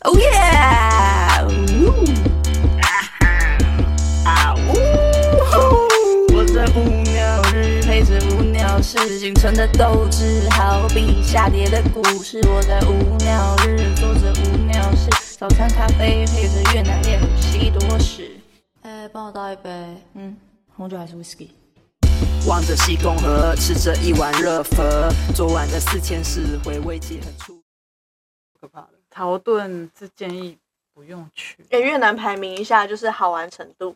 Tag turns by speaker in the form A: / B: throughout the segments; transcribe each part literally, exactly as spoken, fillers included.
A: Oh yeah！ 啊呜！我在无聊日陪着无聊事，仅存的斗志，好比下跌的股市。我在无聊日做着无聊事，早餐咖啡配着越南炼乳西多士。哎，帮我倒一杯，嗯，红酒还是 whisky？ 望着西宫河，吃着一碗热粉，昨晚的四千事回味记很出。可怕的。
B: 陶顿是建议不用去。
C: 哎，越南排名一下就是好玩程度，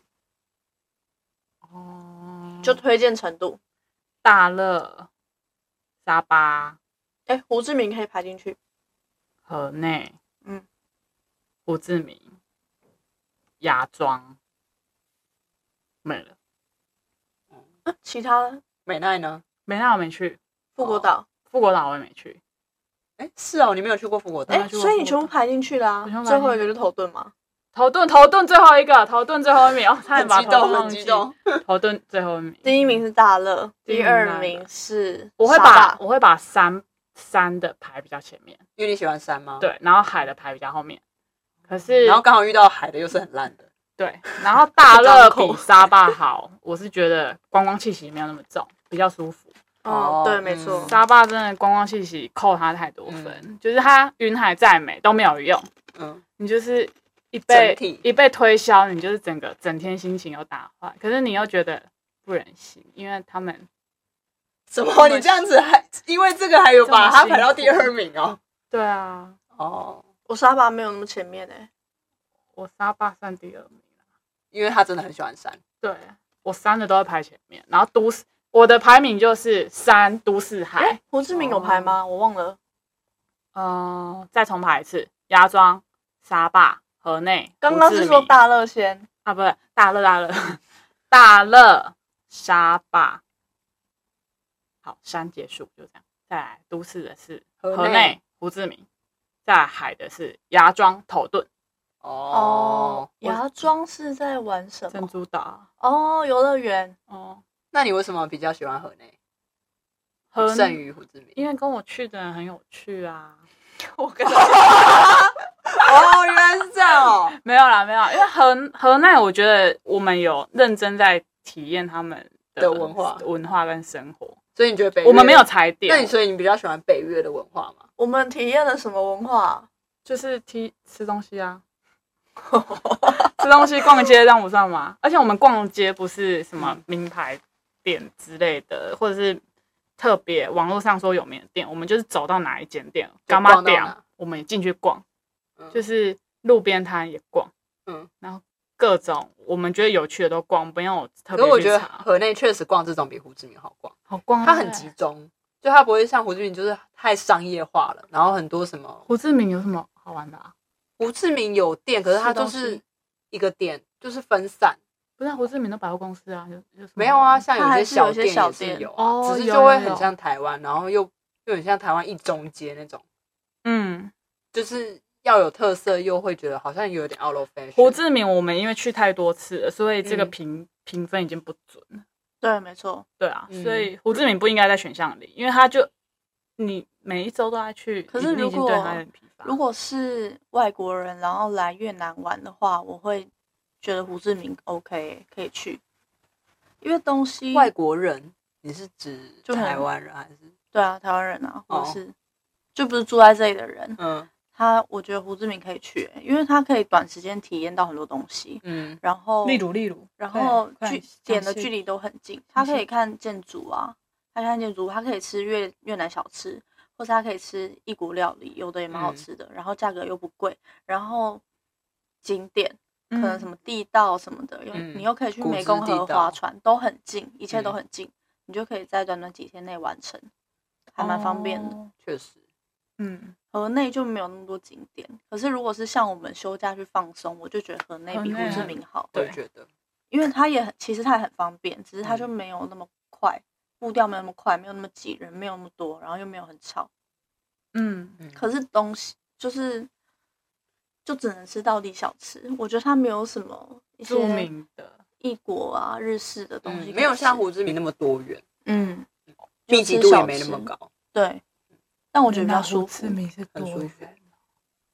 B: 哦，
C: 就推荐程度。
B: 大乐、沙巴、
C: 哎，胡志明可以排进去。
B: 河内，
C: 嗯，
B: 胡志明、芽庄，没了。
C: 啊，其他的
D: 美奈呢？
B: 美奈我没去，
C: 富国岛。
B: 富国岛我也没去。
D: 哎，是哦，你没有去过富国岛？
C: 哎，所以你全部排进去啦、啊。最后一个就头盾吗？
B: 头盾，头盾最后一个，头盾最后一名哦，差点把头盾忘记。
D: 很激动，
B: 头盾最后一名。
C: 第一名是大乐，第二名是
B: 我会把我会把山山的排比较前面，
D: 因为你喜欢山吗？
B: 对，然后海的排比较后面。可是
D: 然后刚好遇到海的又是很烂的。
B: 对，然后大乐比沙巴好，我是觉得观光气息没有那么重，比较舒服。
C: 哦，对，没错。
B: 沙巴真的观光气息扣它太多分，嗯、就是它云海再美都没有用。嗯，你就是一被一被推销，你就是整个整天心情又打坏。可是你又觉得不忍心，因为他们
D: 什么？你这样子还因为这个还有把它排到第二名哦？
B: 对啊，
D: 哦，
C: 我沙巴没有那么前面哎、欸，
B: 我沙巴算第二名了，
D: 因为他真的很喜欢山。
B: 对，我山的都会排前面，然后都市。我的排名就是山、都市、海。
C: 欸、胡志明有排吗？哦、我忘了。
B: 嗯、呃，再重排一次：芽庄、沙巴、河内。
C: 刚刚是说大乐先
B: 啊，不是大乐，大乐，大乐、沙巴。好，山结束就这样。再来都市的是河内、胡志明，再来海的是芽庄、头盾。
C: 哦，芽庄是在玩什么？
B: 珍珠岛。
C: 哦，游乐园。
B: 哦。
D: 那你为什么比较喜欢河内？
B: 河
D: 胜于胡志明？
B: 因为跟我去的人很有趣啊。
D: 我跟他哦，原来是这样哦。
B: 没有啦，没有啦，因为河河内，我觉得我们有认真在体验他们 的,
D: 的文化、
B: 文化跟生活。
D: 所以你觉得北越？
B: 我们没有踩点。
D: 那你所以你比较喜欢北越的文化吗？
C: 我们体验了什么文化？
B: 就是吃吃东西啊。吃东西、逛街这样不算吗？而且我们逛街不是什么名牌店之类的，或者是特别网络上说有名的店，我们就是走到哪一间店，干嘛店，我们也进去逛，嗯、就是路边摊也逛，嗯，然后各种我们觉得有趣的都逛，不用特别去查。
D: 可是我觉得河内确实逛这种比胡志明好逛，
B: 好逛，
D: 它很集中，就它不会像胡志明就是太商业化了，然后很多什么。
B: 胡志明有什么好玩的啊？
D: 胡志明有店，可是它就是一个店，就是分散。
B: 不是、啊、胡志明的百货公司啊，有有
D: 没有啊？像有些小店
C: 也
D: 是有、啊，
B: 哦，
D: 只是就会很像台湾，然后又又很像台湾一中街那种。嗯，就是要有特色，又会觉得好像有点 out of fashion。
B: 胡志明我们因为去太多次了，所以这个评评、嗯、分已经不准了。
C: 对，没错。
B: 对啊，嗯、所以胡志明不应该在选项里，因为他就你每一周都在去，
C: 可是如果
B: 对他很疲乏。
C: 如果是外国人然后来越南玩的话，我会觉得胡志明 OK 可以去，因为东西
D: 外国人，你是指台湾人还是？
C: 对啊，台湾人啊，或者是、哦、就不是住在这里的人。嗯，他我觉得胡志明可以去、欸，因为他可以短时间体验到很多东西。嗯，然后
B: 例如例如，
C: 然后距点的距离都很近，他可以看建筑啊，他看建筑，他可以吃越越南小吃。或是他可以吃异国料理，有的也蛮好吃的，嗯、然后价格又不贵，然后景点、嗯、可能什么地道什么的，嗯、你又可以去湄公河划船，都很近，一切都很近，嗯、你就可以在短短几天内完成，还蛮方便的。
D: 确、哦、实，
C: 嗯，河内就没有那么多景点，可是如果是像我们休假去放松，我就觉得河内比胡志明好。
D: 我觉得，
C: 因为它也很，其实它也很方便，只是它就没有那么快。嗯步调没有那么快，没有那么挤人，没有那么多，然后又没有很吵。嗯，可是东西就是就只能吃道地小吃，我觉得它没有什么一些
B: 著名的
C: 异国啊、日式的东西、
D: 嗯，没有像胡志明那么多元。嗯，
C: 密
D: 集度也没那么高。
C: 对，但我觉得比较舒服。
B: 胡志明是多元，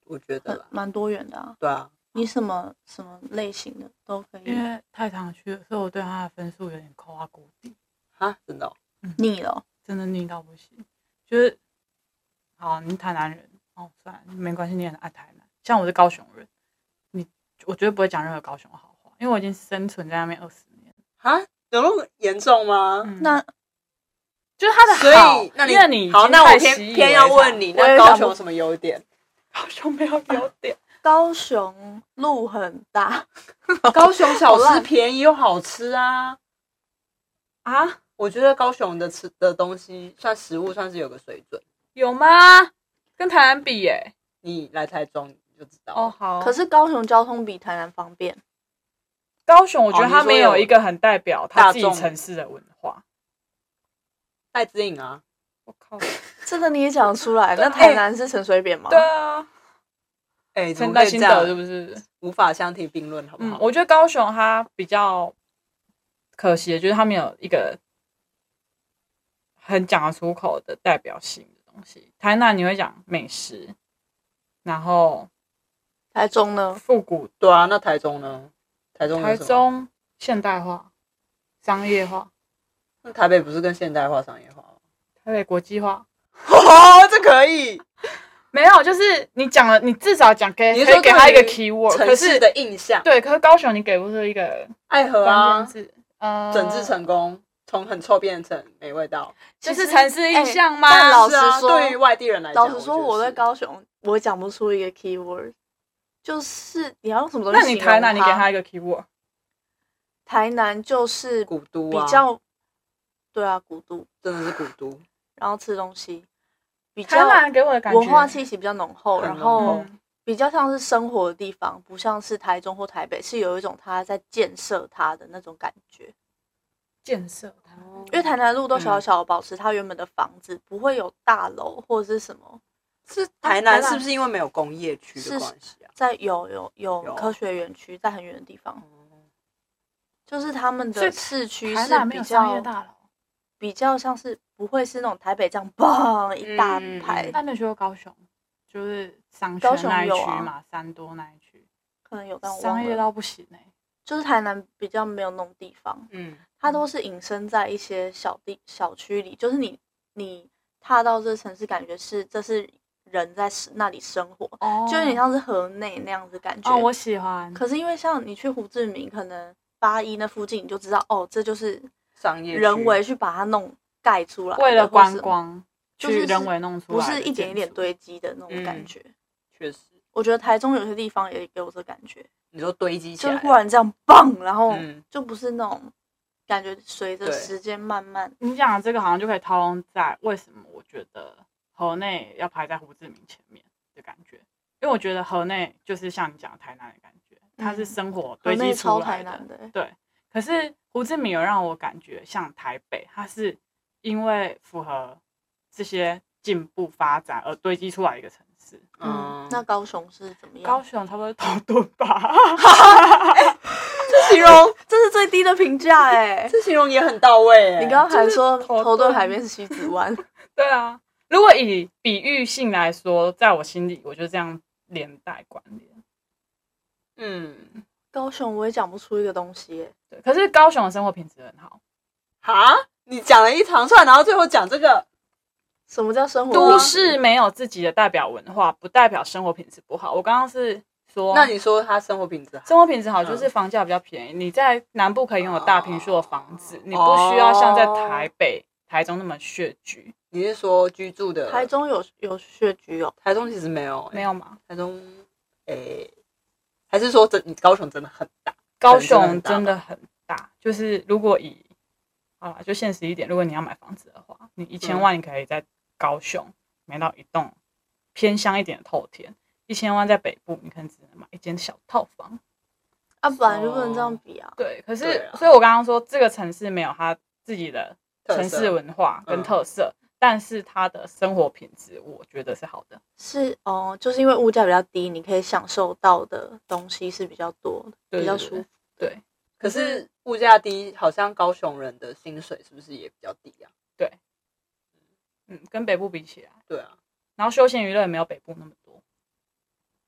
D: 我觉得
C: 蛮多元的啊。
D: 对啊，
C: 你什么什么类型的都可以。
B: 因为太常去了，所以我对他的分数有点扣到谷底。
D: 啊，真的、哦
C: 嗯、腻了，
B: 真的腻到不行。就是好，你台南人哦，算了，没关系，你很爱台南。像我是高雄人，你我绝对不会讲任何高雄的好话，因为我已经生存在那边二十年。
D: 啊，有那么严重吗？
B: 嗯、
C: 那
B: 就是他的好，
D: 所以那你
B: 因为你
D: 好，那我偏偏要问你，那高雄有什么优点？
B: 高雄没有优点。
C: 高雄路很大，
D: 高雄小吃便宜又好吃啊
B: 啊！
D: 我觉得高雄的吃的东西算食物算是有个水准，
B: 有吗？跟台南比耶、欸，
D: 你来台中你就知道
B: 哦。好，
C: 可是高雄交通比台南方便。
B: 高雄我觉得它没有一个很代表它自己城市的文化。
D: 戴资颖啊，
B: 我靠，
C: 这个你也讲得出来？那台南是陈水扁吗？
B: 对啊。
D: 哎、欸，
B: 陈代新德是不是
D: 无法相提并论，好不好、
B: 嗯？我觉得高雄它比较可惜的就是它没有一个很讲得出口的代表性的东西。台南你会讲美食，然后
C: 台中呢？
B: 复古。
D: 对啊，那台中呢？台中
B: 台中现代化、商业化。
D: 那台北不是更现代化、商业化吗？
B: 台北国际化。
D: 哦，这可以。
B: 没有，就是你讲了，你至少讲给可以给他一个 keyword，
D: 城市的印象。
B: 对，可是高雄你给不出一个
D: 爱河啊，
B: 呃，
D: 整治成功，从很臭变成没味道，
B: 这是城市印象吗？
C: 但老实说，
D: 对于外地人来讲，
C: 老实说，我在高雄，我讲不出一个 keyword， 就是你要用什么东西？
B: 那你台南，你给他一个 keyword。
C: 台南就是
D: 古都，
C: 比较，对啊，古都
D: 真的是古都，
C: 然后吃东西。比较
B: 台南给我的感觉
C: 文化气息比较浓厚，然后
B: 嗯
C: 比较像是生活的地方，不像是台中或台北，是有一种他在建设它的那种感觉。
B: 建设它，
C: 因为台南路都小小的保持它原本的房子，嗯、不会有大楼或者是什么。
D: 是台南是不是因为没有工业区的关系啊？
C: 在有有有科学园区，在很远的地方，嗯、就是他们的市区是比较比较像是。不会是那种台北这样嘣一大排。
B: 那、嗯嗯、你去过高雄，就是商圈那一区嘛，啊、三多那一区，
C: 可能有，但我
B: 商业到不行哎、欸。
C: 就是台南比较没有那种地方，嗯，它都是隐身在一些小地小区里，就是你你踏到这城市，感觉是这是人在那里生活，哦，就有点像是河内那样子感觉。
B: 哦，我喜欢。
C: 可是因为像你去胡志明，可能八一那附近，你就知道哦，这就是
D: 商业
C: 人为去把它弄。盖出来，
B: 为了观光，
C: 就是
B: 人为弄出来，
C: 不是一点一点堆积的那种感觉。
D: 确、嗯、实，
C: 我觉得台中有些地方也给我这感觉。
D: 你说堆积起来，
C: 就是忽然这样棒，然后就不是那种感觉，随着时间慢慢。
B: 你讲的这个好像就可以套用在为什么我觉得河内要排在胡志明前面的感觉，因为我觉得河内就是像你讲的台南的感觉，它是生活堆积出来的。
C: 河内超台南的、欸。
B: 对，可是胡志明有让我感觉像台北，它是。因为符合这些进步发展而堆积出来一个城市。
C: 嗯，那高雄是怎么样？
B: 高雄差不多头顿吧。
C: 欸、这形容这是最低的评价哎，
D: 这形容也很到位哎。
C: 你刚刚还说头顿海边是西子湾。
B: 对啊，如果以比喻性来说，在我心里，我就这样连带关联。
C: 嗯，高雄我也讲不出一个东西哎。
B: 对，可是高雄的生活品质很好。
D: 哈？你讲了一长串，然后最后讲这个，
C: 什么叫生活？
B: 都市没有自己的代表文化，不代表生活品质不好。我刚刚是说，
D: 那你说他生活品质好？
B: 生活品质好就是房价比较便宜。嗯、你在南部可以拥有大坪数的房子，哦、你不需要像在台北、台中那么穴居。
D: 你是说居住的？
C: 台中有有穴居哦，
D: 台中其实没有、欸，
B: 没有吗？
D: 台中，诶、欸，还是说真你高雄真的很大？
B: 高雄真的很大，就是如果以好啦，就现实一点，如果你要买房子的话，你一千万你可以在高雄买到一栋偏乡一点的透天，一千万在北部你可能只能买一间小套房。
C: 啊，本来就不能这样比啊。
B: 对，可是，啊、所以我刚刚说这个城市没有它自己的城市文化跟特色，嗯、但是它的生活品质我觉得是好的。
C: 是哦，就是因为物价比较低，你可以享受到的东西是比较多的，
B: 对对对，
C: 比较舒服。
B: 对。
D: 可是物价低，好像高雄人的薪水是不是也比较低啊？
B: 对，嗯，跟北部比起来，
D: 对啊。
B: 然后休闲娱乐也没有北部那么多。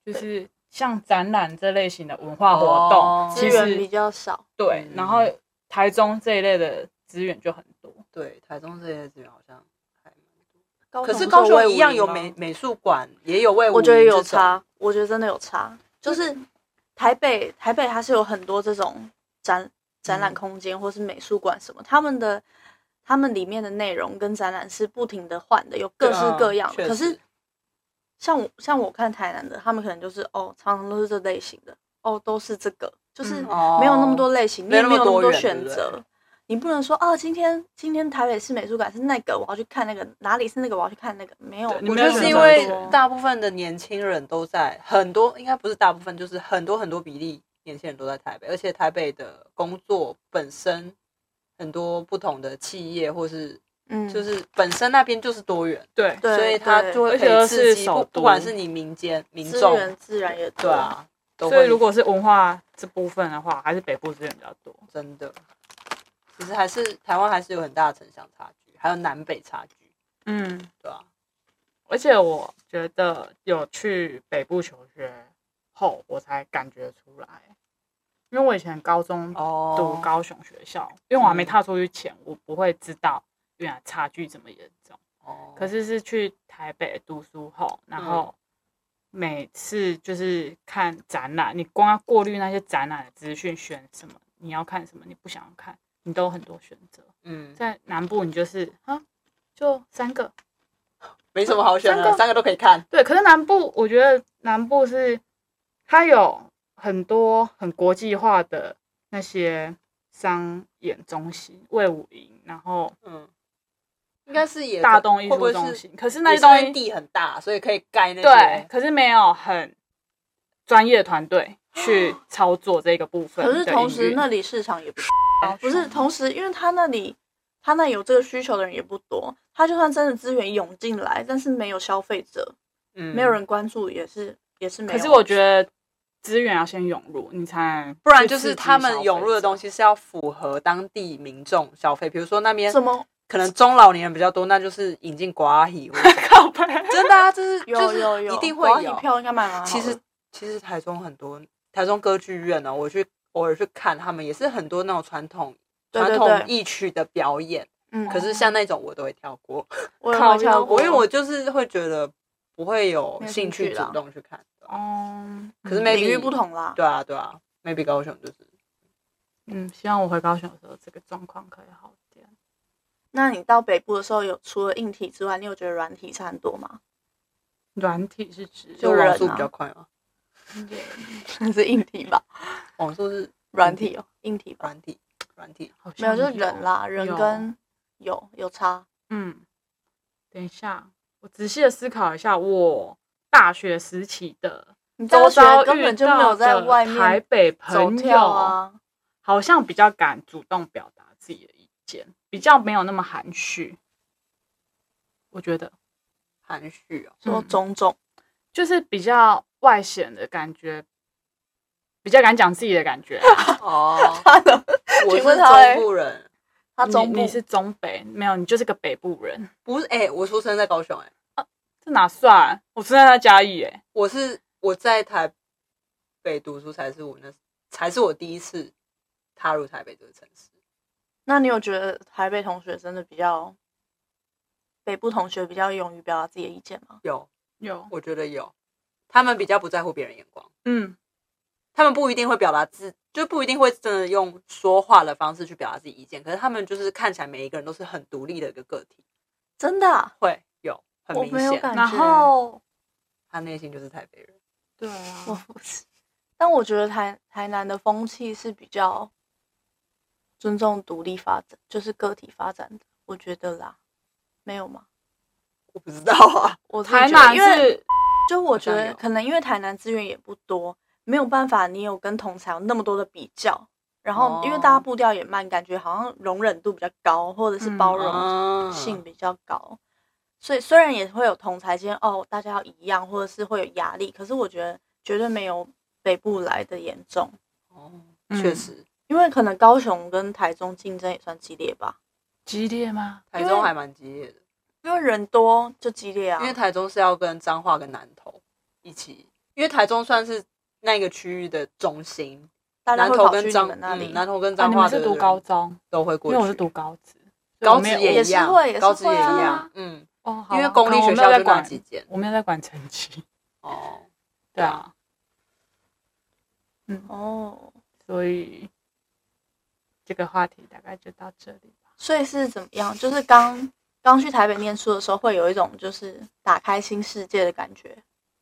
B: 就是像展览这类型的文化活动，
D: 哦
C: 资源比较少。
B: 对，
D: 嗯、
B: 然后台中这一类的资源就很多。
D: 对，台中这些资源好像还蛮
C: 多。
D: 可是高雄一样有美美术馆，也有魏武营，
C: 我觉得有差，我觉得真的有差。就是台北，台北它是有很多这种展展览空间，或是美术馆什么，他们的他们里面的内容跟展览是不停的换的，有各式各样的。可是像我像我看台南的，他们可能就是哦，常常都是这类型的，哦，都是这个，就是没有那么多类型，你也没有那么多选择。你不能说哦，今天今天台北市美术馆是那个，我要去看那个；哪里是那个，我要去看那个。没有，
D: 我觉得是因为大部分的年轻人都在，很多应该不是大部分，就是很多很多比例年轻人都在台北，而且台北的工作本身很多不同的企业或是嗯，就是本身那边就是多元，
B: 对，
D: 所以它就会可以刺激，不不管是你民间民众，
C: 资源自然也多，
D: 对啊。
B: 所以如果是文化这部分的话，还是北部资源比较多，
D: 真的。其实还是台湾还是有很大的城乡差距，还有南北差距。
B: 嗯，
D: 对啊。
B: 而且我觉得有去北部求学后，我才感觉出来，因为我以前高中读高雄学校，哦、因为我还没踏出去前，我不会知道原来差距这么严重。哦。可是是去台北读书后，然后每次就是看展览，你光要过滤那些展览的资讯，选什么你要看什么，你不想要看。你都有很多选择，嗯，在南部你就是啊，就三个，
D: 没什么好选的，三个, 三个都可以看。
B: 对，可是南部我觉得南部是它有很多很国际化的那些商演中心、卫武营，然后嗯，
D: 应该是也
B: 大东艺术中心，可是那些东西
D: 地很大，所以可以盖那些。
B: 对，可是没有很专业的团队去操作这个部分。
C: 可是同时那里市场也不。不是，同时，因为他那里，他那有这个需求的人也不多，他就算真的资源涌进来，但是没有消费者，嗯，没有人关注，也是也是没有。
B: 可是我觉得资源要先涌入，你才
D: 不然就是他们涌入的东西是要符合当地民众消费，比如说那边
C: 什么
D: 可能中老年人比较多，那就是引进瓜皮，
B: 靠背，
D: 真的啊，就是
C: 有有有，
D: 一定会有
C: 票应该蛮好。
D: 其实其实台中很多台中歌剧院呢，我去。偶尔去看他们，也是很多那种传统传统艺曲的表演，嗯，可是像那种我都会跳过，
C: 我也会跳过，
D: 因为我就是会觉得不会有兴趣主动去看，
B: 哦，
D: 可是 maybe
C: 领域不同啦，
D: 对啊对啊 ，maybe 高雄就是，
B: 嗯，希望我回高雄的时候这个状况可以好一点。
C: 那你到北部的时候，有除了硬体之外，你有觉得软体差很多吗？
B: 软体是指
D: 就网速比较快吗？
C: 那是硬体吧，
D: 网速是
C: 软体哦，硬体吧，
D: 软体，软体
C: 没有就是人啦，人跟有有差。
B: 嗯，等一下，我仔细的思考一下，我大学时期的周遭
C: 根本就没有在外面
B: 台北朋友啊，好像比较敢主动表达自己的意见，比较没有那么含蓄。我觉得
D: 含蓄哦，
C: 说种种，
B: 就是比较外显的感觉，比较敢讲自己的感觉、啊。
D: 哦，他的，我是中部人，
C: 他中部
B: 你, 你是中北，没有，你就是个北部人。
D: 不是，哎、欸，我出生在高雄、欸，哎、
B: 啊，这哪算？我出生在嘉义、欸，哎，
D: 我是我在台北读书才是我那才是我第一次踏入台北这个城市。
C: 那你有觉得台北同学真的比较，北部同学比较勇于表达自己的意见吗？
D: 有，
B: 有，
D: 我觉得有。他们比较不在乎别人眼光，
B: 嗯，
D: 他们不一定会表达自，就不一定会真的用说话的方式去表达自己意见，可是他们就是看起来每一个人都是很独立的一个个体，
C: 真的、啊、
D: 会有很明显，
C: 然后
D: 他内心就是台北人，
B: 对啊，
C: 我不是，但我觉得台台南的风气是比较尊重独立发展，就是个体发展的，我觉得啦，没有吗？
D: 我不知道啊，
C: 我
B: 台南是。
C: 就我觉得可能因为台南资源也不多，没有办法你有跟同侪有那么多的比较，然后因为大家步调也慢，感觉好像容忍度比较高，或者是包容性比较高、嗯、所以虽然也会有同侪间哦大家要一样，或者是会有压力，可是我觉得绝对没有北部来的严重
D: 哦，确实、嗯、
C: 因为可能高雄跟台中竞争也算激烈吧。
B: 激烈吗？
D: 台中还蛮激烈的，
C: 因为人多就激烈啊，
D: 因为台中是要跟彰化跟南投一起因为台中算是那个区域的中心，
C: 大家
D: 南
C: 会跑去你
D: 投跟彰
C: 们那里。
D: 嗯、南投跟
B: 啊，
D: 彰化的人
B: 你们是读高中，
D: 都会过去，
B: 因为我是读高职，
D: 高职
B: 所以我没有
C: 也是
D: 也一样，
C: 会也是
D: 高职也
C: 会啊
D: 一样，嗯，
B: 哦，好啊
D: 因为公立
B: 可能我
D: 学校就那
B: 没有在管
D: 几间。
B: 我没有在管成绩，
D: 哦，
B: 对啊，嗯，
C: 哦，
B: 所以这个话题大概就到这里吧。
C: 所以是怎么样？就是刚刚去台北念书的时候，会有一种就是打开新世界的感觉，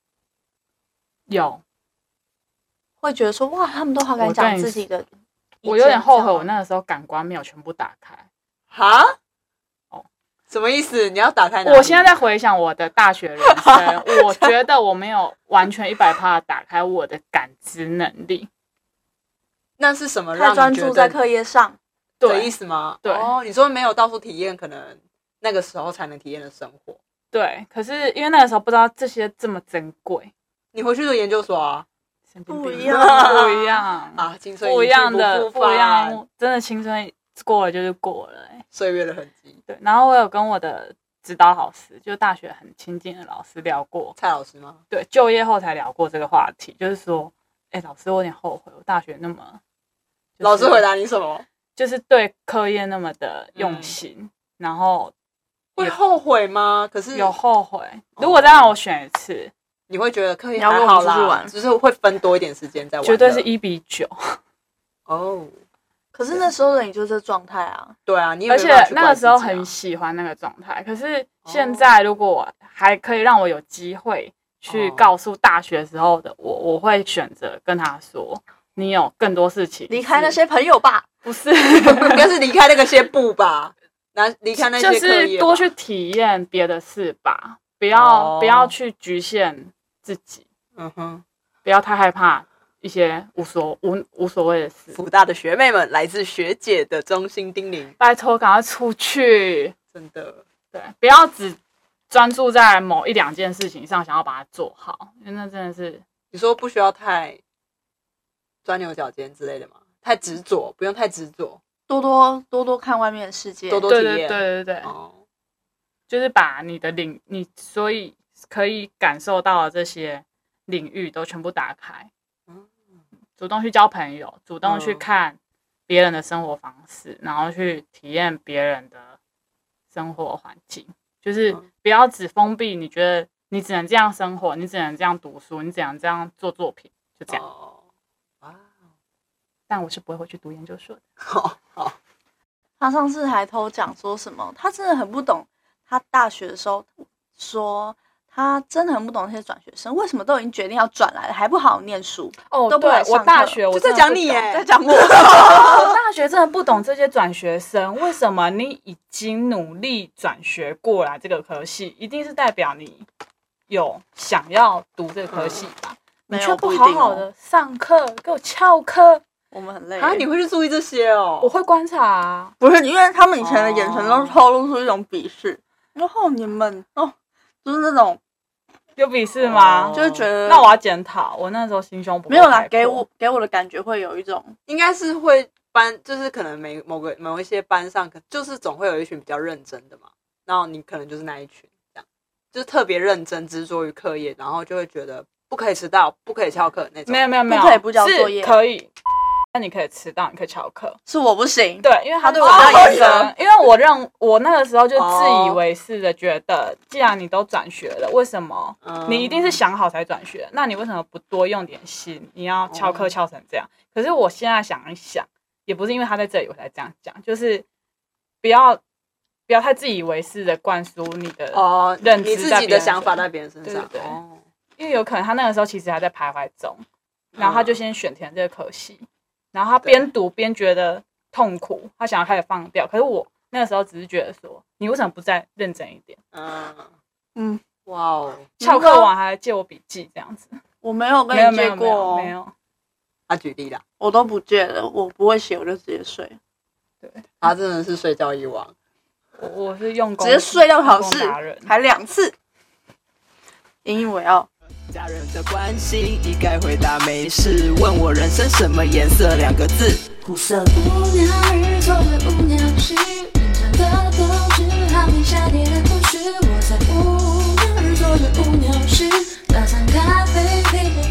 B: 有，
C: 会觉得说哇，他们都好敢讲自己的意见。
B: 我有点后悔，
C: 这样
B: 我那个时候感官没有全部打开。
D: 哈，
B: 哦，
D: 什么意思？你要打开哪里？
B: 我现在在回想我的大学人生，我觉得我没有完全一百趴打开我的感知能力。
D: 那是什么
C: 太
D: 让你觉得
C: 专注在课业上。
D: 的
B: 对
D: 意思吗？
B: 对
D: 哦，你说没有到处体验，可能那个时候才能体验的生活。
B: 对，可是因为那个时候不知道这些这么珍贵，
D: 你回去读研究所啊？
B: 神经病
C: 不一样
B: 不一样
D: 啊，青春
B: 不一样的，
D: 不复
B: 不一样
D: 返，，
B: 真的青春过了就是过了、欸。
D: 岁月的痕迹。
B: 对，然后我有跟我的指导老师，就大学很亲近的老师聊过，
D: 蔡老师吗？
B: 对，就业后才聊过这个话题，就是说，哎、老师，我有点后悔，我大学那么，就是
D: 老师回答你什么？
B: 就是对课业那么的用心，
D: 嗯
B: 然后
D: 会后悔吗？可是
B: 有后悔。如果再让我选一次，
D: 你会觉得课业
C: 你要跟我
D: 还好啦，
C: 们出去玩
D: 只是会分多一点时间在玩乐。
B: 绝对是一比九。
D: 哦，
C: 可是那时候的你就这状态啊，
D: 对啊，你也
B: 而且
D: 没办法去
B: 那个时候
D: 怪自己啊
B: 很喜欢那个状态，可是现在如果还可以让我有机会去
D: 哦
B: 告诉大学时候的我，我会选择跟他说，你有更多事情
C: 离开那
B: 是
C: 些朋友吧。
B: 不是，
D: 应该是离开那个些步吧，那离开那些
B: 就
D: 课业吧
B: 是多去体验别的事吧，不要、
D: 哦
B: 不要去局限自己，
D: 嗯哼。
B: 不要太害怕一些无所无无所谓的事。
D: 福大的学妹们，来自学姐的衷心叮咛，
B: 拜托，赶快出去，
D: 真的。
B: 对，不要只专注在某一两件事情上，想要把它做好，因为那真的是
D: 你说不需要太钻牛角尖之类的吗？太执着，不用太执着，
C: 多多多多看外面的世界，
D: 多多
B: 对对
D: 体验。
B: 对对对，
D: 哦，
B: 就是把你的领你所以可以感受到的这些领域都全部打开，
D: 嗯
B: 主动去交朋友，主动去
D: 嗯
B: 看别人的生活方式，然后去体验别人的生活环境，就是
D: 嗯
B: 不要只封闭，你觉得你只能这样生活，你只能这样读书，你只能这样做作品，就这样。
D: 哦，哇，
B: 但我是不会回去读研究所的。
D: 好好，
C: 他上次还偷讲说什么，他真的很不懂。他大学的时候说，他真的很不懂那些转学生为什么都已经决定要转来了，还不好好念书。
B: 哦
C: 都不来
B: 对，我
C: 上课
B: 大学我
D: 就在
B: 真的不懂
D: 讲你耶，
C: 在讲我，
B: 我大学真的不懂这些转学生，为什么你已经努力转学过来这个科系，一定是代表你有想要读这个科系吧？你
C: 没有
B: 却不
C: 不一定哦
B: 好好的上课，给我翘课，
C: 我们很累
D: 啊，你会去注意这些哦？
B: 我会观察啊。
C: 不是因为他们以前的眼神都
D: 哦
C: 透露出一种鄙视，然后你们哦，就是那种
B: 有鄙视吗？
D: 哦
C: 就是觉得
B: 那我要检讨，我那时候心胸不够
C: 没有啦
B: 开，阔
C: 给我给我的感觉会有一种
D: 应该是会班，就是可能每某个某一些班上，可就是总会有一群比较认真的嘛，然后你可能就是那一群，这样就是特别认真执着于课业，然后就会觉得不可以迟到，不可以翘课那种。
B: 没有没有没有，
C: 不可以不交作业
B: 是可以，那你可以迟到，你可以翘课。
C: 是我不行，
B: 对，因为他
C: 他对我
B: 比较
C: 比较严格
B: 严格，因为我认我那个时候就自以
D: 哦
B: 为是的觉得，既然你都转学了，为什么
D: 嗯
B: 你一定是想好才转学？那你为什么不多用点心？你要翘课
D: 哦
B: 翘成这样？可是我现在想一想，也不是因为他在这里我才这样讲，就是不要不要太自以为是的灌输你的，
D: 哦，
B: 认知
D: 你自己
B: 在别人身
D: 的想法在别人身上。
B: 对对对
D: 哦，
B: 因为有可能他那个时候其实还在徘徊中，然后他就先选填这个科系，然后他边读边觉得痛苦，他想要开始放掉。可是我那个时候只是觉得说，你为什么不再认真一点？
D: 嗯，
C: 嗯，
D: 哇哦，
B: 翘课完还借我笔记这样子？
C: 我没有跟
B: 没有没
C: 你借过
B: 有没有
C: 哦，
B: 没有，
D: 他举例啦，
C: 我都不借了，我不会写我就直接睡，
D: 他真的是睡觉一王。
B: 我我是用功
C: 直接睡到考试
B: 用功达人，
C: 还两次，引以为傲。
E: 家人的关心一概回答没事，问我人生什么颜色两个字，
A: 苦涩。无聊日做着无聊事，认真的斗志，好比夏天的故事。我在无聊日做着无聊事，早餐咖啡配着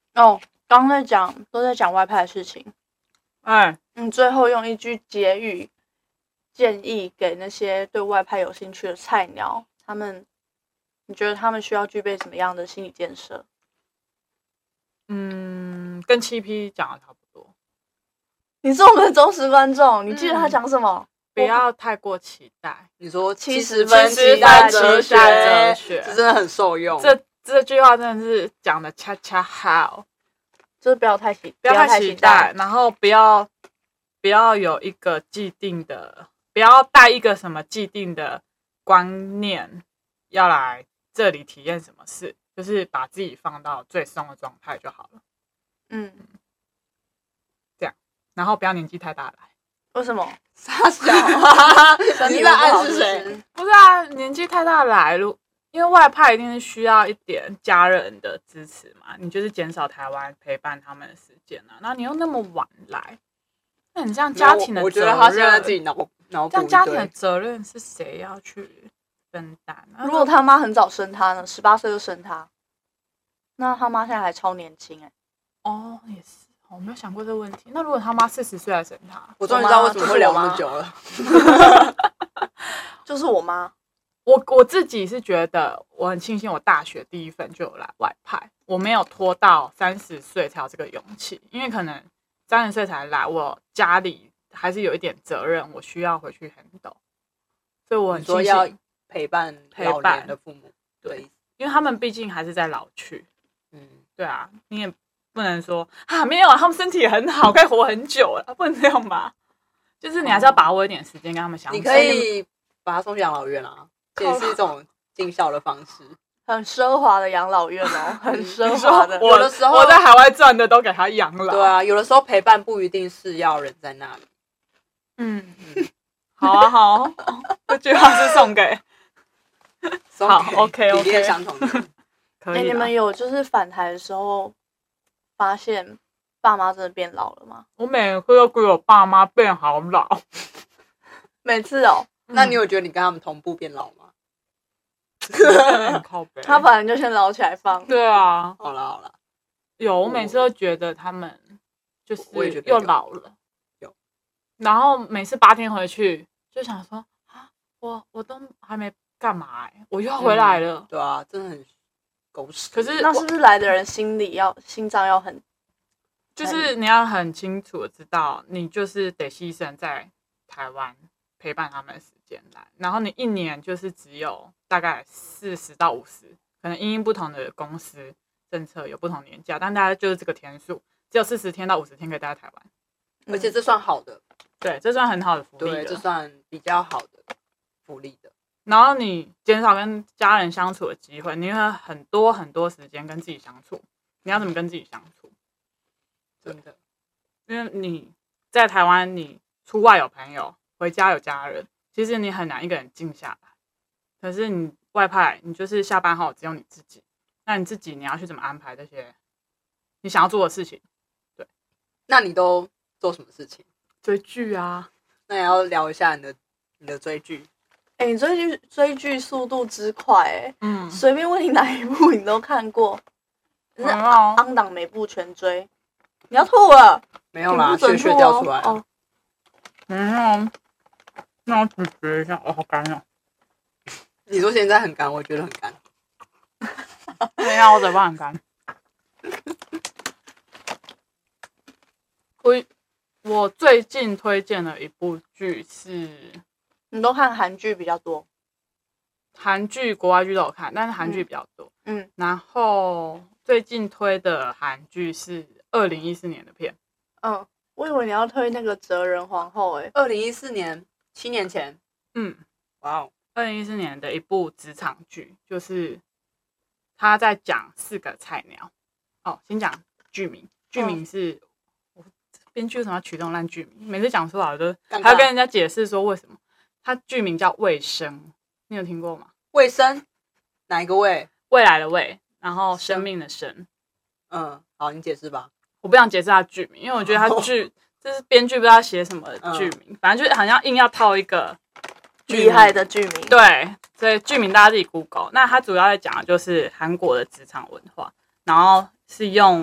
C: 哦，刚刚在讲都在讲外派的事情。
B: 哎，
C: 嗯，最后用一句结语建议给那些对外派有兴趣的菜鸟，他们，你觉得他们需要具备什么样的心理建设？
B: 嗯，跟七 P 讲的差不多。
C: 你是我们的忠实观众，你记得他讲什么？
B: 不要太过期待。
D: 你说
C: 七
D: 十
C: 分
D: 期
C: 待
D: 哲
B: 期待哲学
D: 这真的很受用。
B: 这这句话真的是讲的恰恰好，
C: 就是不要太期，
B: 不要太期待，然后不要不要有一个既定的，不要带一个什么既定的观念要来这里体验什么事，就是把自己放到最松的状态就好了。
C: 嗯，
B: 这样，然后不要年纪太大来。
C: 为什么？
D: 傻小啊！
C: 身
D: 你在
C: 体不好
D: 暗示谁？
C: 是不是
B: 不是啊，年纪太大来，如因为外派一定是需要一点家人的支持嘛，你就是减少台湾陪伴他们的时间啊。然后你又那么晚来，那你这样家庭的责任，
D: 我觉得他现在自己脑脑补
B: 这样家庭的责任是谁要去分担啊？
C: 如果他妈很早生他呢？十八岁就生他，那他妈现在还超年轻哎、欸。
B: 哦，也是，我没有想过这个问题。那如果他妈四十岁来生他，
D: 我终于知道为什么会聊那么久了。
C: 就是我妈。
B: 我我自己是觉得我很庆幸，我大学第一份就有来外派，我没有拖到三十岁才有这个勇气，因为可能三十岁才来，我家里还是有一点责任，我需要回去 handle， 所以我很庆幸
D: 说要陪伴老
B: 陪伴
D: 年的父母，
B: 对，因为他们毕竟还是在老去，
D: 嗯，
B: 对啊，你也不能说啊没有啊，他们身体很好，可以活很久了，不能这样吧？就是你还是要把握一点时间跟他们相处。
D: 你可以把他送去养老院啊。这也是一种尽孝的方式，
C: 很奢华的养老院哦，很奢华的。
B: 我
D: 有的时候
B: 我在海外赚的都给他养老。
D: 对啊，有的时候陪伴不一定是要人在那里。
B: 嗯，好啊好啊，这句话是送给
D: 送
B: 好 OK
D: 理
B: OK
D: 念相同的人。
B: 可以、
C: 欸。你们有就是返台的时候发现爸妈真的变老了吗？
B: 我每次都觉得我爸妈变好老，
C: 每次哦。
D: 那你有觉得你跟他们同步变老吗？
B: 很靠北。
C: 他本来就先捞起来放。
B: 对啊，
D: 好了好了，
B: 有，我每次都觉得他们就是
D: 我也觉得有
B: 又老了，
D: 有。
B: 然后每次八天回去就想说啊，我我都还没干嘛哎、欸，我又要回来了。
D: 嗯、对啊，真的很狗屎。
B: 可是
C: 那是不是来的人心里要心脏要很，
B: 就是你要很清楚的知道，你就是得牺牲在台湾陪伴他们的时间来，然后你一年就是只有大概四十到五十，可能因应不同的公司政策有不同年假，但大家就是这个天数，只有四十天到五十天可以待在台湾，
D: 而且这算好的，
B: 对，这算很好的福利
D: 对，
B: 了，
D: 这算比较好的福利的。
B: 然后你减少跟家人相处的机会，你会很多很多时间跟自己相处，你要怎么跟自己相处？
D: 真的，
B: 因为你在台湾，你出外有朋友，回家有家人，其实你很难一个人静下来。可是你外派，你就是下班后只有你自己，那你自己你要去怎么安排这些你想要做的事情？对，
D: 那你都做什么事情？
B: 追剧啊。
D: 那也要聊一下你的你的追剧。
C: 哎、欸，你追剧追剧速度之快、欸，哎，
B: 嗯，
C: 随便问你哪一部你都看过，
B: 没有
C: 昂档每部全追。你要吐了？
D: 没有啦，血
C: 血
D: 血掉出来了。
C: 哦，
B: 没有，那我咀嚼一下，哦，好干哦。
D: 你说现在很干，我觉得很干。
B: 等一下，我嘴巴很干。我我最近推荐的一部剧是，
C: 你都看韩剧比较多，
B: 韩剧、国外剧都有看，但是韩剧比较多。
C: 嗯，
B: 然后最近推的韩剧是二零一四年的片。
C: 嗯，我以为你要推那个《哲人皇后》欸，哎，
D: 二零一四年，七年前。
B: 嗯，
D: 哇哦，
B: 二零一四年的一部职场剧，就是他在讲四个菜鸟。哦，先讲剧名，剧名是。嗯编剧为什么要取这种烂剧名？每次讲出来我都还要跟人家解释说为什么。它剧名叫《卫生》，你有听过吗？
D: 卫生哪一个卫？
B: 未来的未，然后生命的生。
D: 嗯，好，你解释吧。
B: 我不想解释它剧名，因为我觉得它剧这是编剧不知道写什么剧名，嗯、反正就是好像硬要套一个
C: 厉害的剧名。
B: 对，所以剧名大家自己 Google。那它主要在讲的就是韩国的职场文化，然后是用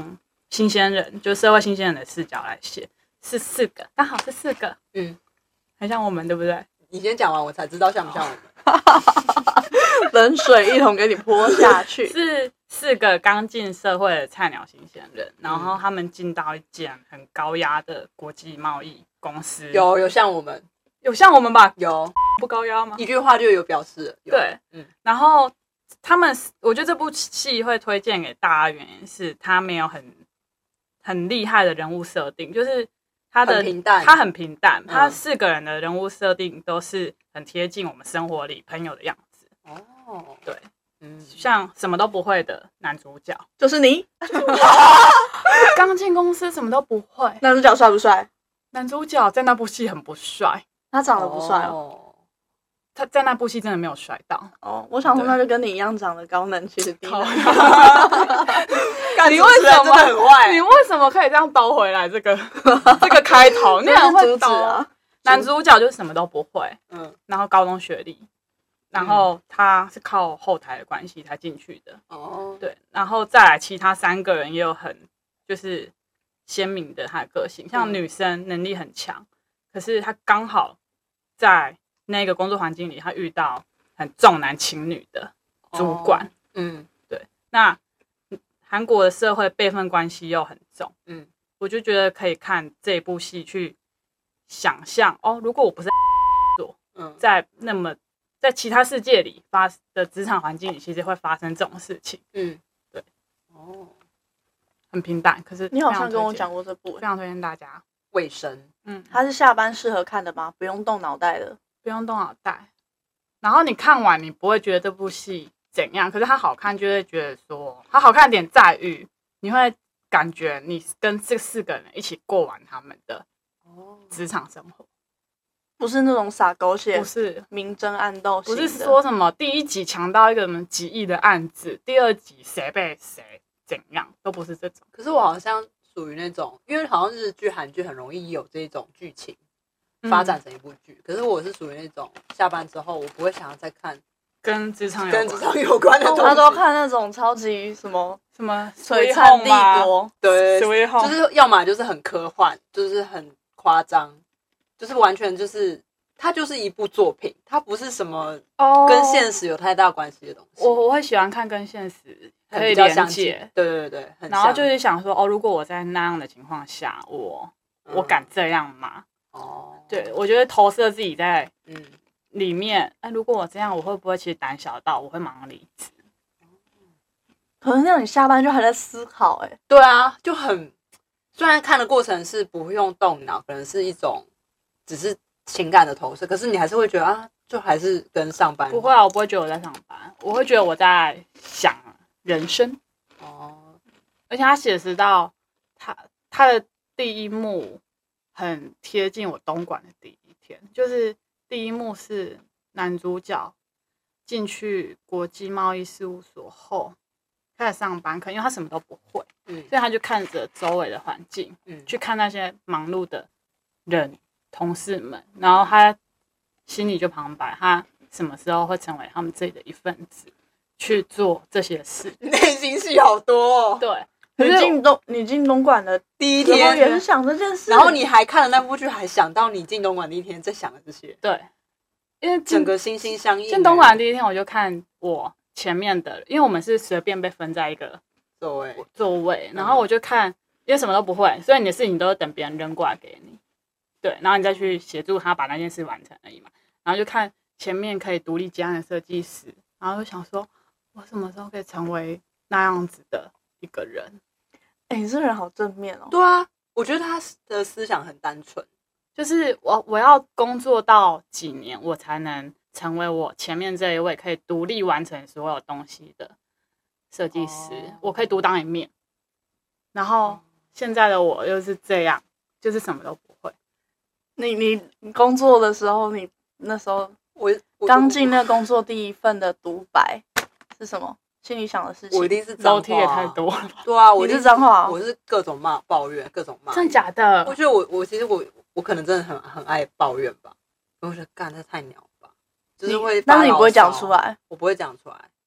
B: 新鲜人，就社会新鲜人的视角来写，是四个，刚好是四个，
D: 嗯，
B: 很像我们，对不对？
D: 你先讲完，我才知道像不像我们。
C: 冷水一桶给你泼下去。
B: 是四个刚进社会的菜鸟新鲜人，然后他们进到一间很高压的国际贸易公司，
D: 有有像我们，
B: 有像我们吧？
D: 有
B: 不高压吗？
D: 一句话就有表示了，有
B: 对，
D: 嗯，
B: 然后他们，我觉得这部戏会推荐给大家，原因是他没有很很厉害的人物设定，就是他的
D: 很平淡，
B: 他很平淡，
D: 嗯
B: 他四个人的人物设定都是很贴近我们生活里朋友的样子。
D: 哦，
B: 对，
D: 嗯，
B: 像什么都不会的男主角，
C: 就是你，
B: 刚进公司什么都不会。
C: 男主角帅不帅？
B: 男主角在那部戏很不帅，
C: 他长得不帅哦。
D: 哦
B: 他在那部戏真的没有帅到。
C: 哦，我想说那就跟你一样长得高冷，其实低冷。
D: 干
B: 你为什么
D: 主持人真的很坏？
B: 你为什么可以这样倒回来？这个这个开头，你很会倒啊！男主角就是什么都不会，
D: 嗯，
B: 然后高中学历，然后他是靠后台的关系才进去的，
D: 哦，
B: 对，然后再来其他三个人也有很就是鲜明的他的个性，像女生能力很强，可是她刚好在那个工作环境里，她遇到很重男轻女的主管，
D: 哦嗯
B: 对，那韩国的社会辈分关系又很重，
D: 嗯，
B: 我就觉得可以看这部戏去想象哦，如果我不是做，
D: 嗯，
B: 在那么在其他世界里发的职场环境里，其实会发生这种事情，
D: 嗯，
B: 对，
D: 哦，
B: 很平淡，可是
C: 你好像
B: 非常推荐
C: 跟我讲过这部
B: 非，常推荐大家，
D: 卫生，
B: 嗯，
C: 他是下班适合看的吗？不用动脑袋的。
B: 不用动脑袋，然后你看完你不会觉得这部戏怎样，可是它好看就会觉得说它好看的点在于你会感觉你跟这四个人一起过完他们的
D: 哦，
B: 职场生活，
C: 不是那种撒狗血
B: 不、是
C: 明争暗斗型的，
B: 不是说什么第一集抢到一个什么几亿的案子，第二集谁被谁怎样，都不是这种。
D: 可是我好像属于那种，因为好像日剧、韩剧很容易有这种剧情发展成一部剧，可是我是属于那种下班之后我不会想要再看
B: 跟职场有关
D: 跟职场有关的东西，
C: 他都看那种超级什么
B: 什么
C: 璀璨帝国，
D: 对，
B: Sweet Home
D: 就是要么就是很科幻，就是很夸张，就是完全就是它就是一部作品，它不是什么
B: 哦
D: 跟现实有太大关系的东西。
B: 我我会喜欢看跟现实
D: 很
B: 可以
D: 比较相近
B: 连接，
D: 对对对，很像
B: 然后就是想说哦，如果我在那样的情况下，我、
D: 嗯
B: 我敢这样吗？
D: 哦，
B: 对，我觉得投射自己在
D: 嗯，
B: 里面，哎，如果我这样，我会不会其实胆小到我会马上离职？
C: 可能那你下班就还在思考、欸，哎，
D: 对啊，就很虽然看的过程是不用动脑，可能是一种只是情感的投射，可是你还是会觉得啊，就还是跟上班
B: 不会啊，我不会觉得我在上班，我会觉得我在想人生。
D: 哦，
B: 而且他写实到他他的第一幕很贴近我东莞的第一天，就是第一幕是男主角进去国际贸易事务所后开始上班，可能因为他什么都不会，
D: 嗯
B: 所以他就看着周围的环境，
D: 嗯，
B: 去看那些忙碌的人同事们，然后他心里就旁白，他什么时候会成为他们这里的一份子，去做这些事。
D: 内心戏好多哦。
B: 对，
C: 你进东你进东莞的
D: 第一
C: 时候也是
D: 天，
C: 想这件事，
D: 然后你还看了那部剧，还想到你进东莞那一天在想的这些，
B: 对，因为进
D: 整个心心相印。
B: 进东莞的第一天，我就看我前面的，因为我们是随便被分在一个
D: 座位，
B: 座位，然后我就看，因为什么都不会，所以你的事情都是等别人扔过来给你，对，然后你再去协助他把那件事完成而已嘛。然后就看前面可以独立接案的设计师，然后就想说，我什么时候可以成为那样子的一个人？
C: 哎、你这人好正面哦。
D: 对啊，我觉得他的思想很单纯。
B: 就是我我要工作到几年，我才能成为我前面这一位可以独立完成所有东西的设计师，
D: 哦
B: 我可以独当一面。然后现在的我又是这样，就是什么都不会。
C: 你你你工作的时候，你那时候
D: 我我
C: 刚进那工作第一份的独白是什么？心里想的事情？
D: 我一定是脏话啊
B: 楼梯也太多了吧？
D: 对啊，我一
C: 你
D: 定
C: 是脏话哦
D: 我是各种骂抱怨，各种骂。
B: 真的假的
D: 我？觉得我我其实我我可能真的很很爱抱怨吧，我觉得干这太鸟了吧，就是会发牢骚。
C: 但是你不会讲出来。
D: 我不会讲出来。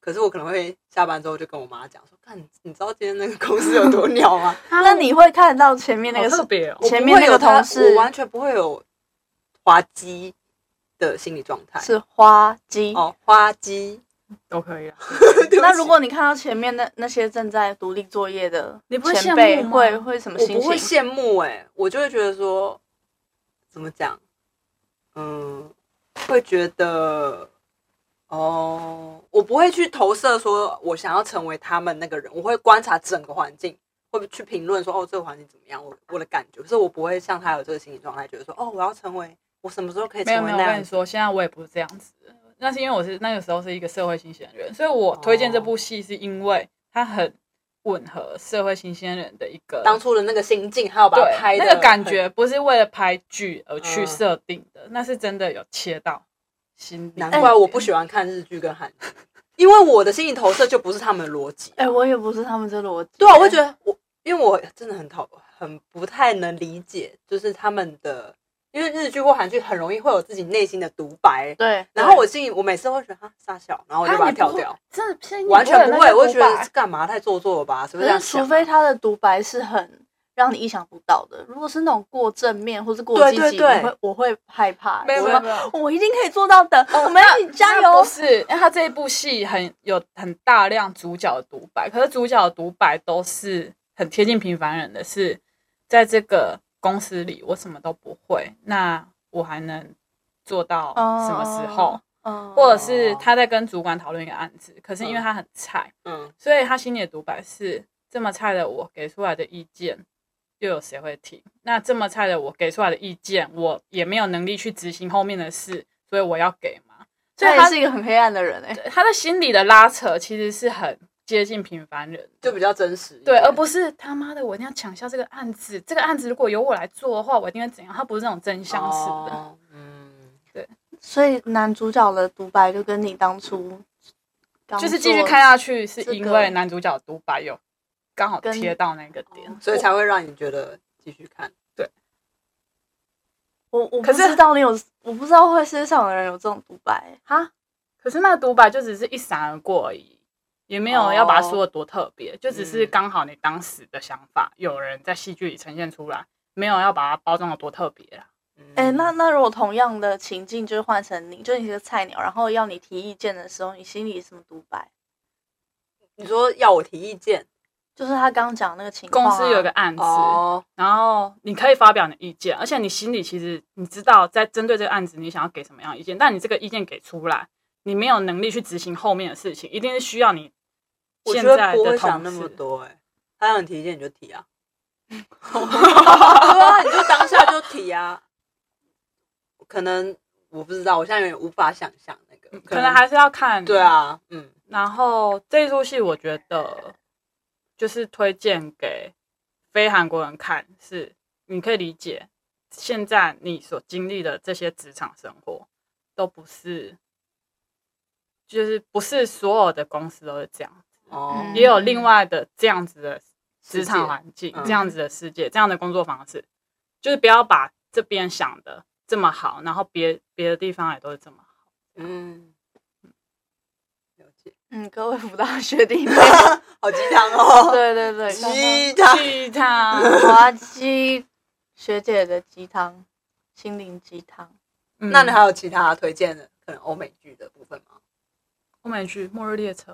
D: 可是我可能会下班之后就跟我妈讲说，看你知道今天那个公司有多鸟吗？
C: 那你会看到前面那个
B: 特别、哦，
C: 前面那个同事，
D: 我完全不会有滑稽的心理状态，
C: 是花鸡
D: 哦，花鸡
B: 都可以啊。
C: 那如果你看到前面那那些正在独立作业的
B: 你不会
C: 前辈，
B: 羡慕吗
C: 会会什么心情？
D: 我不会羡慕哎、欸，我就会觉得说，怎么讲？嗯，会觉得哦，我不会去投射说我想要成为他们那个人，我会观察整个环境，会去评论说哦这个环境怎么样，我我的感觉，可是我不会像他有这个心理状态，觉得说哦我要成为我什么时候可以成为那样。
B: 没有没有，我跟你说，现在我也不是这样子的。那是因为我是那个时候是一个社会新鲜人，所以我推荐这部戏是因为它很吻合社会新鲜人的一个
D: 当初的那个心境，还有把它拍的
B: 那个感觉，不是为了拍剧而去设定的，嗯、那是真的有切到心里。
D: 难怪我不喜欢看日剧跟韩剧，因为我的心理投射就不是他们的逻辑、啊。
C: 哎、欸，我也不是他们这逻辑。
D: 对啊，我会觉得我，因为我真的很讨很不太能理解，就是他们的。因为日剧或韩剧很容易会有自己内心的独白，
C: 对。
D: 然后我心里，我每次会觉得哈傻笑，然后我就把它跳掉。
B: 真的，
D: 完全不会，我会觉得干嘛太做作了吧？是不是这样想？
C: 除非他的独白是很让你意想不到的，如果是那种过正面或是过积极，我会我会害怕。
B: 没有没有没有，
C: 我一定可以做到的，哦、我们要一起加油。
B: 不是，因为他这一部戏很有很大量主角的独白，可是主角的独白都是很贴近平凡人的，是在这个公司里我什么都不会，那我还能做到什么时候？
C: 嗯，
B: 或者是他在跟主管讨论一个案子，可是因为他很菜，
D: 嗯，
B: 所以他心里的独白是：这么菜的我给出来的意见，又有谁会听？那这么菜的我给出来的意见，我也没有能力去执行后面的事，所以我要给吗？
C: 所以他是一个很黑暗的人哎、
B: 欸，他的心理的拉扯其实是很接近平凡人，
D: 就比较真实，
B: 对，而不是他妈的我一定要抢下这个案子，这个案子如果由我来做的话，我一定会怎样？他不是这种真相式的，
D: 哦、嗯，
B: 对。
C: 所以男主角的独白就跟你当初
B: 就是继续看下去，是因为男主角的独白有刚好贴到那个点，
D: 所以才会让你觉得继续看。
B: 对，
C: 我我不知道你有，我不知道会世界上的人有这种独白
B: 哈。可是那个独白就只是一闪而过而已，也没有要把它说的多特别，哦、就只是刚好你当时的想法，嗯、有人在戏剧里呈现出来，没有要把它包装的多特别啦。
C: 哎、欸，那那如果同样的情境，就是换成你，就是你是个菜鸟，然后要你提意见的时候，你心里什么独白？
D: 你说要我提意见，
C: 就是他刚刚讲那个情况、啊，
B: 公司有一个案子，
D: 哦、
B: 然后你可以发表你的意见，而且你心里其实你知道，在针对这个案子，你想要给什么样的意见，但你这个意见给出来，你没有能力去执行后面的事情，一定是需要你现在的同事。
D: 我觉得不会想那么多、欸，哎，他让你提意见你就提啊，对啊，你就当下就提啊。可能我不知道，我现在有点无法想象那个，
B: 可能, 可能还是要看。
D: 对啊，嗯。
B: 然后这一出戏，我觉得就是推荐给非韩国人看，是你可以理解，现在你所经历的这些职场生活，都不是，就是不是所有的公司都是这样子，
D: 哦，
B: 也有另外的这样子的职场环境，这样子的世界，这样的工作方式，就是不要把这边想的这么好，然后别别的地方也都是这么好。
D: 嗯，了解。
C: 嗯，各位辅导学弟妹，
D: 好鸡汤哦。
C: 对对对，
D: 鸡汤
B: 鸡汤，
C: 滑稽学姐的鸡汤，心灵鸡汤。
B: 嗯、
D: 那你还有其他推荐的可能欧美剧的部分吗？
B: 欧美剧《末日列车》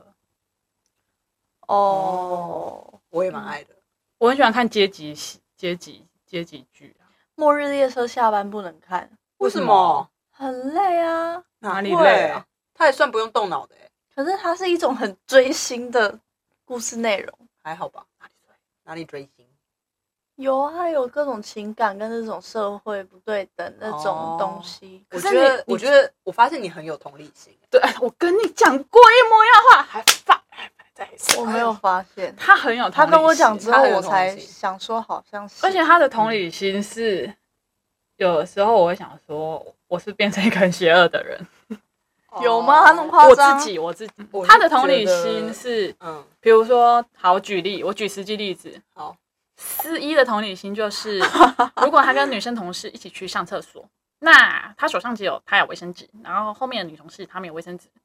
C: 哦，
D: 我也蛮爱的。
B: 我很喜欢看阶级阶级阶级剧啊。
C: 末日列车下班不能看，
D: 为什么？
C: 很累啊。
B: 哪里累啊？
D: 它也算不用动脑的、欸、
C: 可是它是一种很追星的故事内容。
D: 还好吧？哪里追？哪里追星？
C: 有啊，它有各种情感跟这种社会不对等那种东西。
D: 哦、我觉得，我觉得，我发现你很有同理心。
B: 对，我跟你讲过一模一样的话，还发还再一次。
C: 我没有发现，
B: 他很有同理心，
C: 他跟我讲之后，我才想说好像是。
B: 而且他的同理心是，嗯、有的时候我会想说，我是变成一个很邪恶的人。
C: 有吗？那么夸张？
B: 我自己，我自己，他的同理心是，嗯，比如说，好举例，我举实际例子，
D: 好，
B: 司一的同理心就是，如果他跟女生同事一起去上厕所，那他手上只有他有卫生纸，然后后面的女同事她没有卫生纸，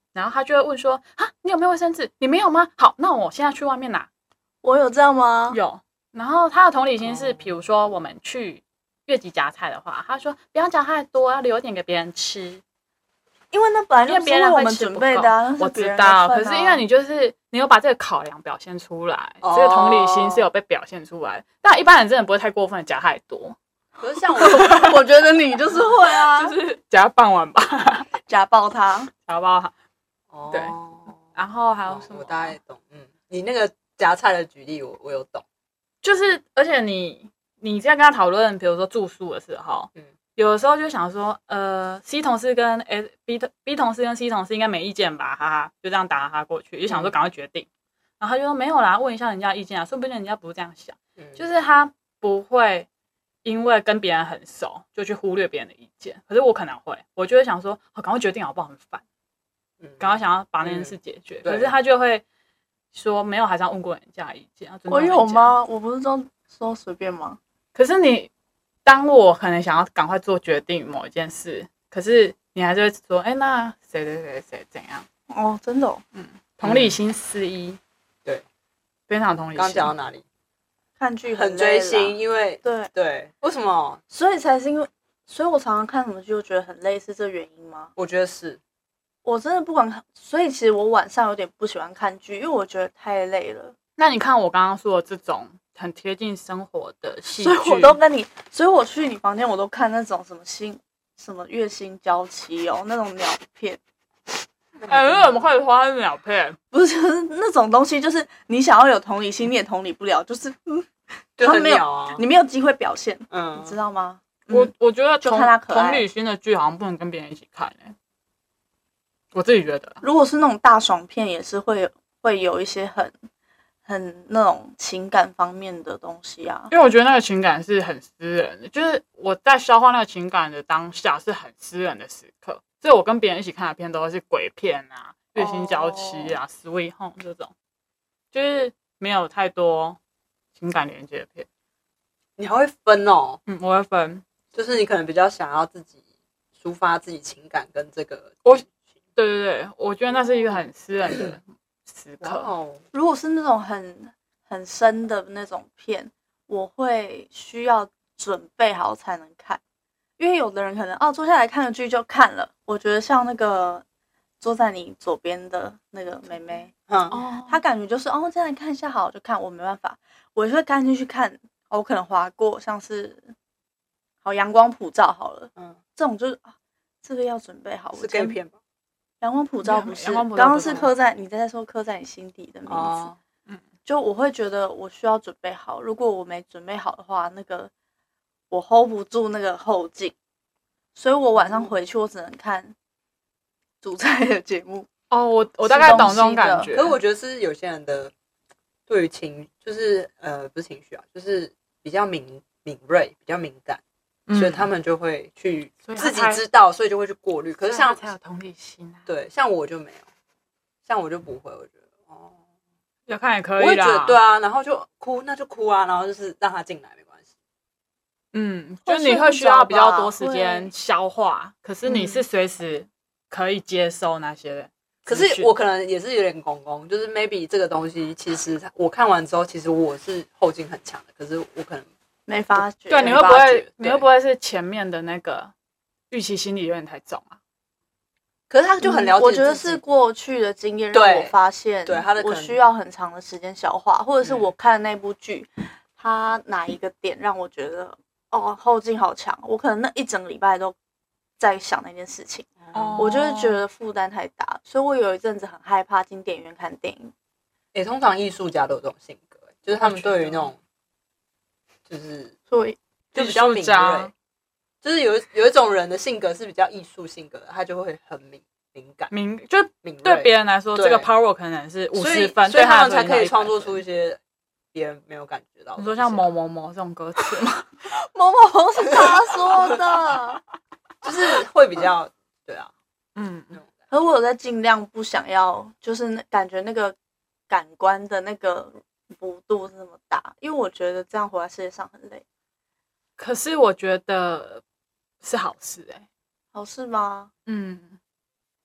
B: 然后他就会问说啊，你有没有卫生纸？你没有吗？好，那我现在去外面拿。
C: 我有这样吗？
B: 有。然后他的同理心是，比如说我们去越级夹菜的话，他说不要夹太多，要留一点给别人吃。
C: 因为那本来就
B: 因为别人
C: 是我们
B: 会吃不
C: 准备的、啊，
B: 我知道，可是因为你就是你有把这个考量表现出来，哦、这个同理心是有被表现出来。但一般人真的不会太过分的夹太多。
D: 可是像我，
C: 我觉得你就是会啊，
B: 就是夹半碗吧，
C: 夹爆它，
B: 夹爆它。
D: 哦，
B: 对。然后还有什么？
D: 我大概懂。嗯，你那个夹菜的举例我，我我有懂。
B: 就是，而且你你在跟他讨论，比如说住宿的时候，嗯。有的时候就想说，呃 ，C 同事跟 S B B 同事跟 C 同事应该没意见吧，哈哈，就这样打他过去，就想说赶快决定。嗯、然后他就说没有啦，问一下人家意见啊，说不定人家不是这样想，嗯、就是他不会因为跟别人很熟就去忽略别人的意见。可是我可能会，我就会想说，哦，赶快决定好不好，很烦，嗯，赶快想要把那件事解决。嗯、可是他就会说没有，还是要问过人家的意见。
C: 我有吗？我不是都说随便吗？
B: 可是你。当我可能想要赶快做决定某一件事，可是你还是会说，哎、欸，那谁谁谁谁怎样？
C: 哦，真的、哦，
B: 嗯，同理心四一，
D: 对，
B: 非常同理心。
D: 刚讲到哪里？
C: 看剧
D: 很追星，因为
C: 对
D: 对，为什么？
C: 所以才是因为，所以我常常看什么剧就觉得很累，是这原因吗？
D: 我觉得是，
C: 我真的不管看，所以其实我晚上有点不喜欢看剧，因为我觉得太累了。
B: 那你看我刚刚说的这种。很贴近生活的戏剧，
C: 所以我都跟你，所以我去你房间，我都看那种什么星、什么月薪娇妻哦，那种鸟片。
B: 哎、欸，为什么会花鸟片？
C: 不是，就是那种东西，就是你想要有同理心，你也同理不了，就是嗯，
D: 就很
C: 没有、
D: 啊，
C: 你没有机会表现，
D: 嗯，
C: 你知道吗？
B: 我我觉得
C: 就看他可爱。
B: 同理心的剧好像不能跟别人一起看哎、欸，我自己觉得，
C: 如果是那种大爽片，也是会会有一些很。很那种情感方面的东西啊，
B: 因为我觉得那个情感是很私人的，就是我在消化那个情感的当下是很私人的时刻，所以我跟别人一起看的片都是鬼片啊、月薪娇妻啊、oh. Sweet Home 这种，就是没有太多情感连接的片。
D: 你还会分哦？
B: 嗯，我会分，
D: 就是你可能比较想要自己抒发自己情感跟这个，
B: 我，对对对，我觉得那是一个很私人的。时刻
C: 哦，如果是那种很很深的那种片，我会需要准备好才能看，因为有的人可能哦坐下来看个剧就看了。我觉得像那个坐在你左边的那个妹妹，嗯，她感觉就是哦这样看一下好就看，我没办法，我就会赶紧去看。哦，我可能滑过，像是好阳光普照好了，嗯，这种就是啊这个要准备好，
D: 是 gay 片吧？
C: 阳光普照不是，刚刚是刻在你在说刻在你心底的名字。哦、嗯，就我会觉得我需要准备好，如果我没准备好的话，那个我 hold 不住那个后劲，所以我晚上回去我只能看煮菜的节目。
B: 哦，我我大概懂这种感觉。
D: 可是我觉得是有些人的对于情，就是呃不是情绪啊，就是比较敏敏锐，比较敏感。所以他们就会去自己知道，所以就会去过滤。可是像
B: 才有同理心啊。
D: 对，像我就没有，像我就不会。我觉得哦，
B: 要看也可以啦。
D: 我会觉得对啊，然后就哭，那就哭啊，然后就是让他进来没关系。
B: 嗯，就是你会需要比较多时间消化，可是你是随时可以接受那些。
D: 可是我可能也是有点公公，就是 maybe 这个东西，其实我看完之后，其实我是后劲很强的，可是我可能。
C: 没发觉，
B: 对，你会不会？你会不会是前面的那个预期心理有点太重啊？
D: 可是他就很了解、嗯，
C: 我觉得是过去的经验让我发现，
D: 对他的
C: 我需要很长的时间消化，或者是我看那部剧，他、嗯、哪一个点让我觉得哦后劲好强，我可能那一整礼拜都在想那件事情，哦、我就是觉得负担太大，所以我有一阵子很害怕进电影院看电影。
D: 诶、欸，通常艺术家都有这种性格，就是他们对于那种。就是
C: 所以
D: 就比较敏锐，就是有有一种人的性格是比较艺术性格的，他就会很敏敏感，
B: 敏就敏对别人来说，这个 power 可能是五十分，
D: 所以他们才可以创作出一些别人没有感觉到的。
B: 你说像某某某这种歌词吗？
C: 某某某是他说的，
D: 就是会比较对啊，
B: 嗯。
C: 可是我有在尽量不想要，就是感觉那个感官的那个。幅度是那么大，因为我觉得这样活在世界上很累。
B: 可是我觉得是好事哎、欸，
C: 好事吗？
B: 嗯，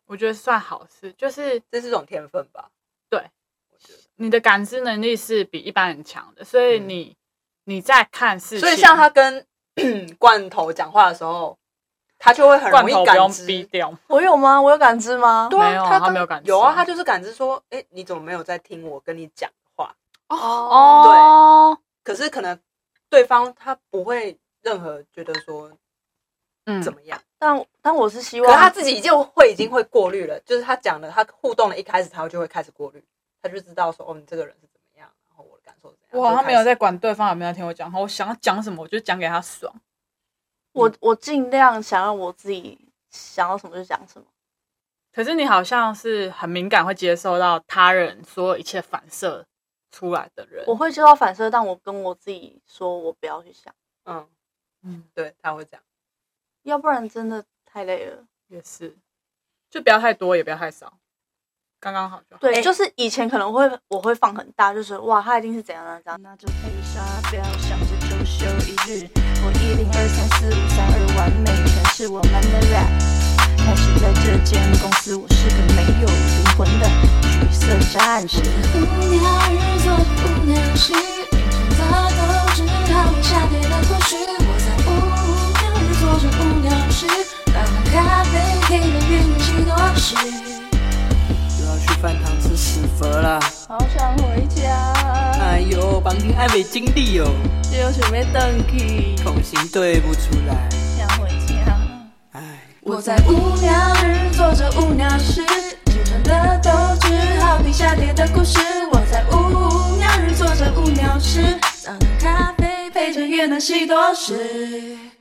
B: 我觉得算好事，就是
D: 这是种天分吧。
B: 对，你的感知能力是比一般人强的，所以你、嗯、你在看事情，
D: 所以像他跟罐头讲话的时候，他就会很容易感知。
B: 罐头不用逼掉。
C: 我有吗？我有感知吗？
D: 对啊，
B: 没有
D: 他
B: 他没有感知。
D: 有啊，他就是感知说，哎、欸，你怎么没有在听我跟你讲话？
B: 哦，
D: 对。可是可能对方他不会任何觉得说，嗯，怎么样？
C: 但但我是希望，
D: 可是他自己就会已经会过滤了，就是他讲的，他互动的一开始，他就会开始过滤，他就知道说，哦，你这个人是怎么样，然后我的感受是怎样。
B: 哇，他没有在管对方有没有听我讲话，我想要讲什么，我就讲给他爽。
C: 我我尽量想让我自己想要什么就讲什么。
B: 可是你好像是很敏感，会接受到他人所有一切反射出来的人。
C: 我会接受到反射，但我跟我自己说，我不要去想。
D: 嗯嗯，对，他会这样，
C: 要不然真的太累了。
B: 也是，就不要太多，也不要太少，刚刚好就好。
C: 对，欸、就是以前可能会我会放很大，就是哇，他一定是怎样怎样。
A: 那就配沙，不要想着周休一日。我一零二三四五三二完美全是我们的 rap。开始在这间公司，我是个没有灵魂的橘色战士。
F: 无聊日做着无聊事，凌晨的斗志好比夏天的果实。我在无聊日做着无聊事，让咖啡黑的变得许多事。
E: 又要去饭堂吃死佛啦，
A: 好想回家。
E: 哎呦，旁听还没经历哦，
A: 就想要回去，
E: 空心对不出来，
A: 想回家。
F: 我在无聊日做着无聊事，青春的斗志好比夏天的故事。我在无聊日做着无聊事，早上咖啡配着越南西多士。